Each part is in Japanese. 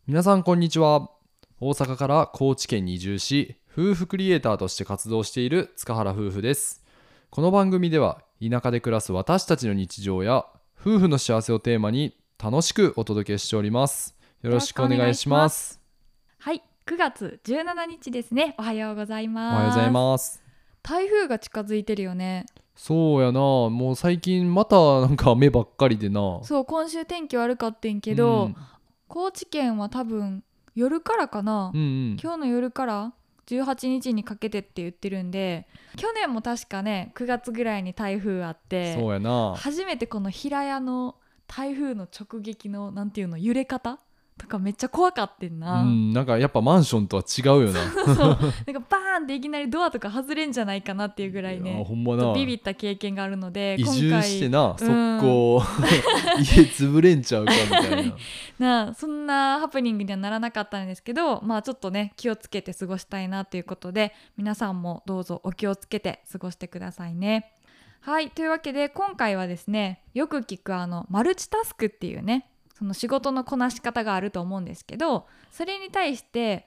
皆さんこんにちは。大阪から高知県に移住し、夫婦クリエイターとして活動している塚原夫婦です。この番組では田舎で暮らす私たちの日常や夫婦の幸せをテーマに楽しくお届けしております。よろしくお願いします。 はい、9月17日ですね。おはようございます。 おはようございます。 台風が近づいてるよね。 そうやな、もう最近またなんか雨ばっかりでな。 そう、今週天気悪かってんけど、 うん高知県は多分夜からかな、 うん、 今日の夜から18日にかけてって言ってるんで、去年も確かね9月ぐらいに台風あって、 そうやな。 初めてこの平屋の台風の直撃のなんていうの揺れ方とかめっちゃ怖かってんな。 なんかやっぱマンションとは違うよな。 そうなんかバーンっていきなりドアとか外れんじゃないかなっていうぐらいいやね、 ほんまな。 ビビった経験があるので、 移住してな、速うん攻家潰れんちゃうかみたいな。 そんなハプニングにはならなかったんですけど、まあちょっとね気をつけて過ごしたいなということで、皆さんもどうぞお気をつけて過ごしてくださいね。はい、というわけで今回はですね、よく聞くマルチタスクっていうね、その仕事のこなし方があると思うんですけど、それに対して、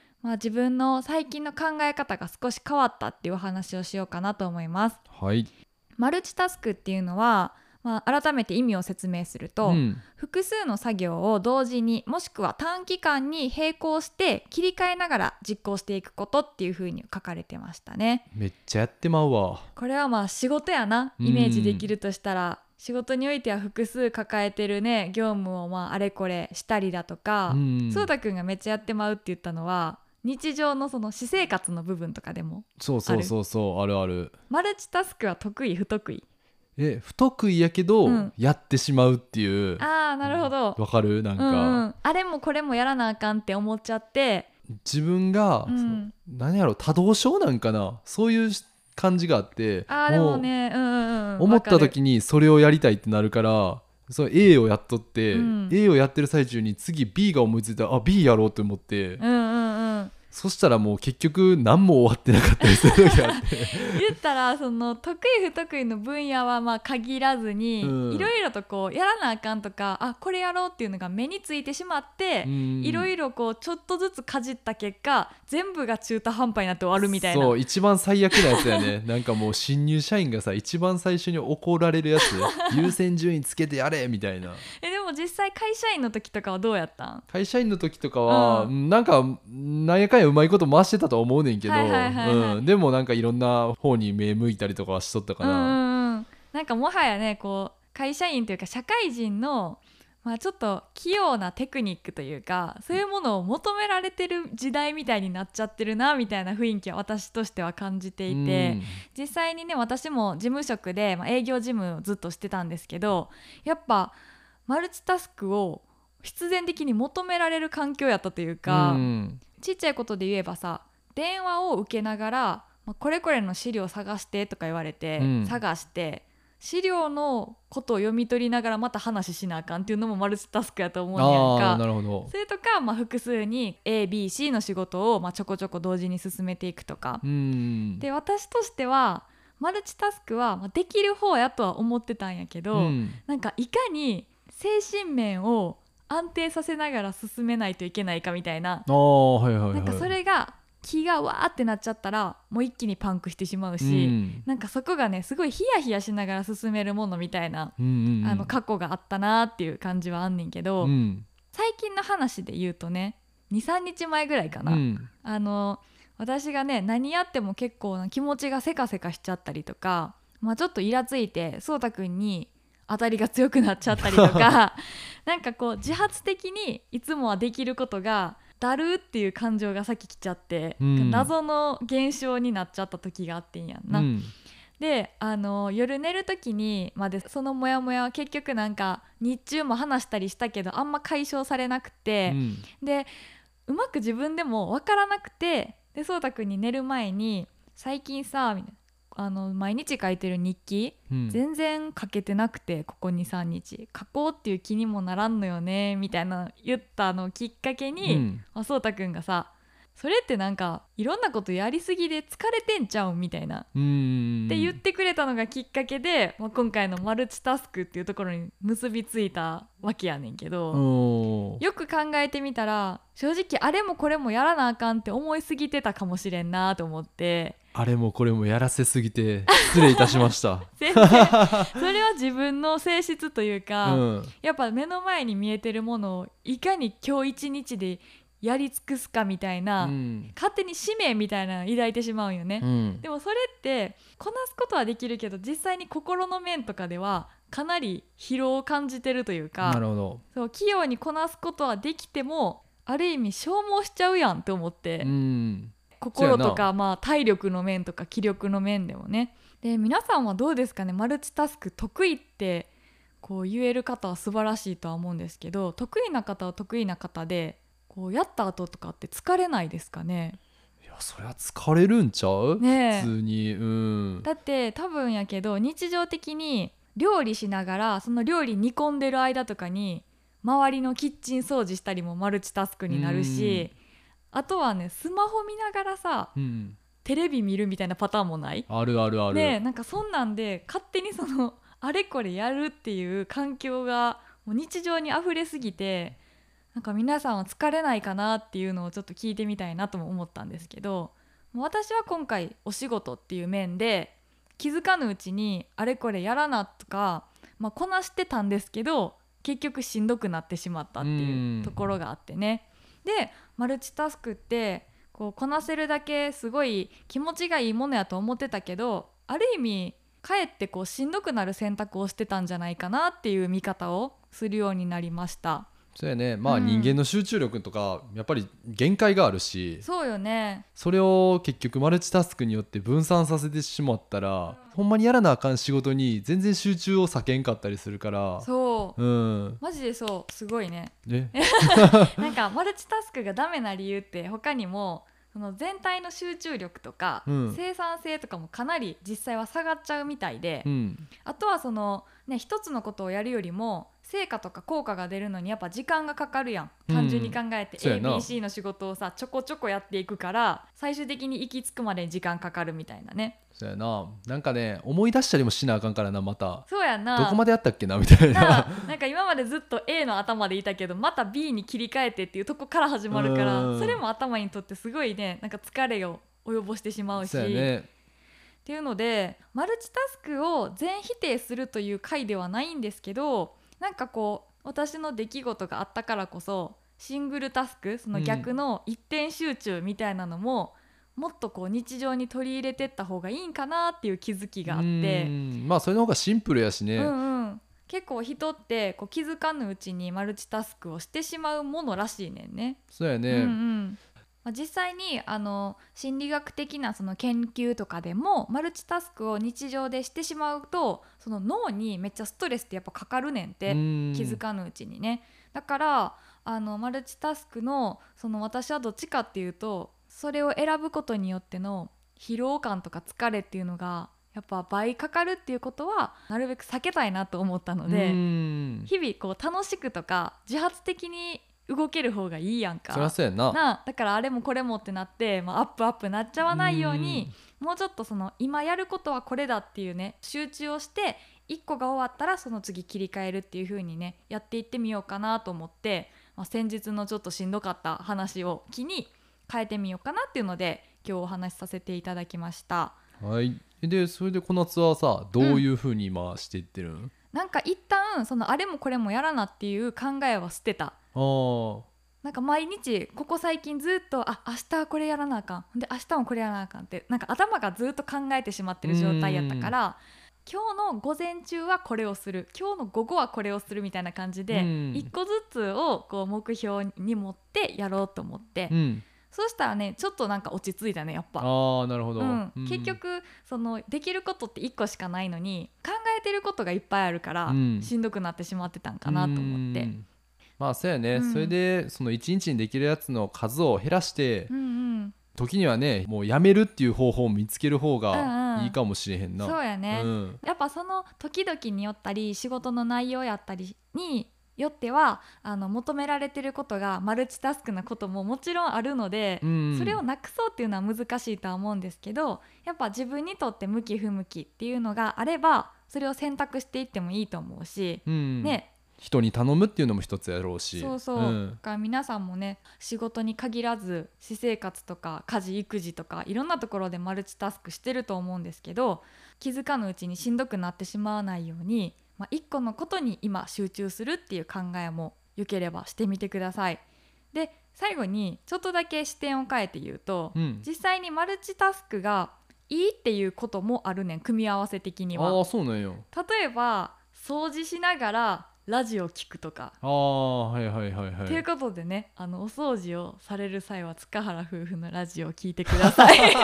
自分の最近の考え方が少し変わったっていうお話をしようかなと思います。 はい。 マルチタスクっていうのは、改めて意味を説明すると、複数の作業を同時にもしくは短期間に並行して切り替えながら実行していくことっていう風に書かれてましたね。 めっちゃやってまうわ。 これは仕事やな、イメージできるとしたら、仕事においては複数抱えてるね業務をあれこれしたりだとか、そうたくんがめっちゃやってまうって言ったのは日常のその私生活の部分とかでもそうそうそうそう、あるある。 マルチタスクは得意不得意？ 不得意やけど、やってしまうっていう。 ああ、なるほど。 わかる？なんか、 あれもこれもやらなあかんって思っちゃって、 自分が、何やろ、多動症なんかな、そういう感じがあって、 でもね、 思った時にそれをやりたいってなるから、そう A をやっとって、A をやってる最中に次 B が思いついたら、B やろうと思って、そしたらもう結局何も終わってなかったりする時があって言ったらその得意不得意の分野は限らずに、いろいろとこうやらなあかんとか、これやろうっていうのが目についてしまって、いろいろこうちょっとずつかじった結果全部が中途半端になって終わるみたいな。 そう、一番最悪なやつやね。なんかもう新入社員がさ、一番最初に怒られるやつ優先順位つけてやれみたいな。 でも実際会社員の時とかはどうやったん？ 会社員の時とかは、なんかなんやかんやうまいこと回してたと思うねんけど、でもなんかいろんな方に目向いたりとかはしとったかな。 なんかもはやね、こう会社員というか社会人のちょっと器用なテクニックというか、そういうものを求められてる時代みたいになっちゃってるなみたいな雰囲気は私としては感じていて、実際にね私も事務職で、営業事務をずっとしてたんですけど、やっぱマルチタスクを必然的に求められる環境やったというか、ちっちゃいことで言えばさ、電話を受けながら、これこれの資料探してとか言われて、探して資料のことを読み取りながらまた話しなあかんっていうのもマルチタスクやと思うんやんか。 なるほど。 それとか、複数に ABC の仕事をちょこちょこ同時に進めていくとか。で、私としてはマルチタスクはできる方やとは思ってたんやけど、なんかいかに精神面を安定させながら進めないといけないかみたいな、なんかそれが気がわーってなっちゃったらもう一気にパンクしてしまうし、なんかそこがねすごいヒヤヒヤしながら進めるものみたいな、過去があったなっていう感じはあんねんけど、最近の話で言うとね、 2,3 日前ぐらいかな、私がね何やっても結構な気持ちがせかせかしちゃったりとか、ちょっとイラついてそうたくんに当たりが強くなっちゃったりとかなんかこう自発的にいつもはできることがだるっていう感情が先来ちゃって、謎の現象になっちゃった時があってんやんな。で夜寝る時にまでそのモヤモヤは結局なんか日中も話したりしたけどあんま解消されなくて、でうまく自分でも分からなくて、でそうたくんに寝る前に最近さみたいな、毎日書いてる日記、全然書けてなくて、ここ 2,3 日書こうっていう気にもならんのよねみたいな言ったのをきっかけに、そうたくんがさそれってなんかいろんなことやりすぎで疲れてんちゃうんみたいなって言ってくれたのがきっかけで、今回のマルチタスクっていうところに結びついたわけやねんけど、よく考えてみたら正直あれもこれもやらなあかんって思いすぎてたかもしれんなと思って、 あれもこれもやらせすぎて失礼いたしました全然それは自分の性質というか、やっぱ目の前に見えてるものをいかに今日一日でやり尽くすかみたいな、勝手に使命みたいなの抱いてしまうんよね、でもそれってこなすことはできるけど実際に心の面とかではかなり疲労を感じてるというか、 なるほど、 そう器用にこなすことはできてもある意味消耗しちゃうやんって思って、心とか体力の面とか気力の面でもね。で皆さんはどうですかね、マルチタスク得意ってこう言える方は素晴らしいとは思うんですけど、得意な方は得意な方でこうやった後とかって疲れないですかね。 いやそれは疲れるんちゃう、 ね、 普通に、 だって多分やけど日常的に料理しながらその料理煮込んでる間とかに周りのキッチン掃除したりもマルチタスクになるし、あとはねスマホ見ながらさ、テレビ見るみたいなパターンもない？ あるあるある、 ね、なんかそんなんで勝手にそのあれこれやるっていう環境がもう日常にあふれすぎて、なんか皆さんは疲れないかなっていうのをちょっと聞いてみたいなとも思ったんですけど、私は今回お仕事っていう面で気づかぬうちにあれこれやらなとか、こなしてたんですけど結局しんどくなってしまったっていうところがあってね。でマルチタスクってこうこなせるだけすごい気持ちがいいものやと思ってたけど、ある意味かえってこうしんどくなる選択をしてたんじゃないかなっていう見方をするようになりました。 そうやね、人間の集中力とかやっぱり限界があるし、 そうよね。 それを結局マルチタスクによって分散させてしまったら、ほんまにやらなあかん仕事に全然集中を避けんかったりするから、 そう、マジでそうすごいねなんかマルチタスクがダメな理由って他にもその全体の集中力とか、生産性とかもかなり実際は下がっちゃうみたいで、あとはそのね一つのことをやるよりも成果とか効果が出るのにやっぱ時間がかかるやん、単純に考えて、ABC の仕事をさちょこちょこやっていくから最終的に行き着くまでに時間かかるみたいなね。 そうやな、なんかね思い出したりもしなあかんからな、またそうやな、 どこまでやったっけなみたいななんか今までずっと A の頭でいたけどまた B に切り替えてっていうとこから始まるから、それも頭にとってすごいねなんか疲れを及ぼしてしまうし、 そうやねっていうのでマルチタスクを全否定するという回ではないんですけど、なんかこう私の出来事があったからこそシングルタスク、その逆の一点集中みたいなのも、もっとこう日常に取り入れてった方がいいんかなっていう気づきがあって、 それの方がシンプルやしね、 結構人ってこう気づかぬうちにマルチタスクをしてしまうものらしいねんね。 そうやね、 実際に心理学的なその研究とかでもマルチタスクを日常でしてしまうとその脳にめっちゃストレスってやっぱかかるねんって、気づかぬうちにね。だからマルチタスクのその私はどっちかっていうとそれを選ぶことによっての疲労感とか疲れっていうのがやっぱ倍かかるっていうことはなるべく避けたいなと思ったので、日々こう楽しくとか自発的に動ける方がいいやんか。 そりゃそうやな。 だからあれもこれもってなって、アップなっちゃわないように、もうちょっとその今やることはこれだっていうね集中をして1個が終わったらその次切り替えるっていう風にねやっていってみようかなと思って、先日のちょっとしんどかった話を機に変えてみようかなっていうので今日お話しさせていただきました。 はい。でそれでこのツアーさどういう風に今していってるん？ なんか一旦そのあれもこれもやらなっていう考えは捨てた。なんか毎日ここ最近ずっと明日はこれやらなあかんで明日もこれやらなあかんってなんか頭がずっと考えてしまってる状態やったから、今日の午前中はこれをする、今日の午後はこれをするみたいな感じで一個ずつをこう目標に持ってやろうと思って、そうしたらねちょっとなんか落ち着いたねやっぱ。 なるほど、 結局そのできることって1個しかないのに考えてることがいっぱいあるから、しんどくなってしまってたんかなと思って。 そうやね、それでその1日にできるやつの数を減らして、時にはねもうやめるっていう方法を見つける方がいいかもしれへんな。 そうやね、やっぱその時々によったり仕事の内容やったりによっては求められてることがマルチタスクなことももちろんあるので、それをなくそうっていうのは難しいとは思うんですけど、やっぱ自分にとって向き不向きっていうのがあればそれを選択していってもいいと思うし、ね、 人に頼むっていうのも一つやろうし、 そうそう、だから皆さんもね仕事に限らず私生活とか家事育児とかいろんなところでマルチタスクしてると思うんですけど、気づかぬうちにしんどくなってしまわないように、一個のことに今集中するっていう考えもよければしてみてください。で最後にちょっとだけ視点を変えて言うと、実際にマルチタスクがいいっていうこともあるねん、組み合わせ的には。 そうなんよ。 例えば掃除しながらラジオ聞くとか、 はいはいはいはい。 ということでね、お掃除をされる際は塚原夫婦のラジオを聞いてくださいぜ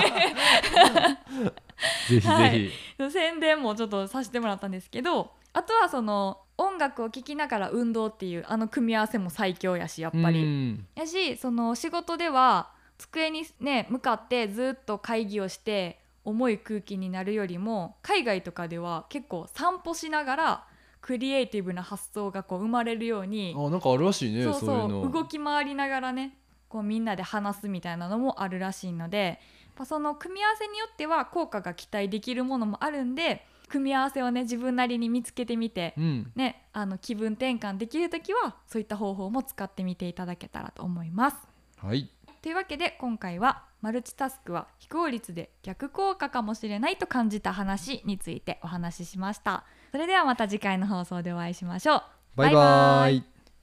ひぜひ、はい、 宣伝もちょっとさせてもらったんですけど、あとはその音楽を聴きながら運動っていう組み合わせも最強やし、やっぱりやし、その仕事では机にね向かってずっと会議をして重い空気になるよりも、海外とかでは結構散歩しながらクリエイティブな発想がこう生まれるように、 なんかあるらしいね。 そういうの動き回りながらねこうみんなで話すみたいなのもあるらしいので、その組み合わせによっては効果が期待できるものもあるんで、組み合わせをね自分なりに見つけてみて、ね、気分転換できるときはそういった方法も使ってみていただけたらと思います。 はい、 というわけで今回はマルチタスクは非効率で逆効果かもしれないと感じた話についてお話ししました。それではまた次回の放送でお会いしましょう。 バイバイ。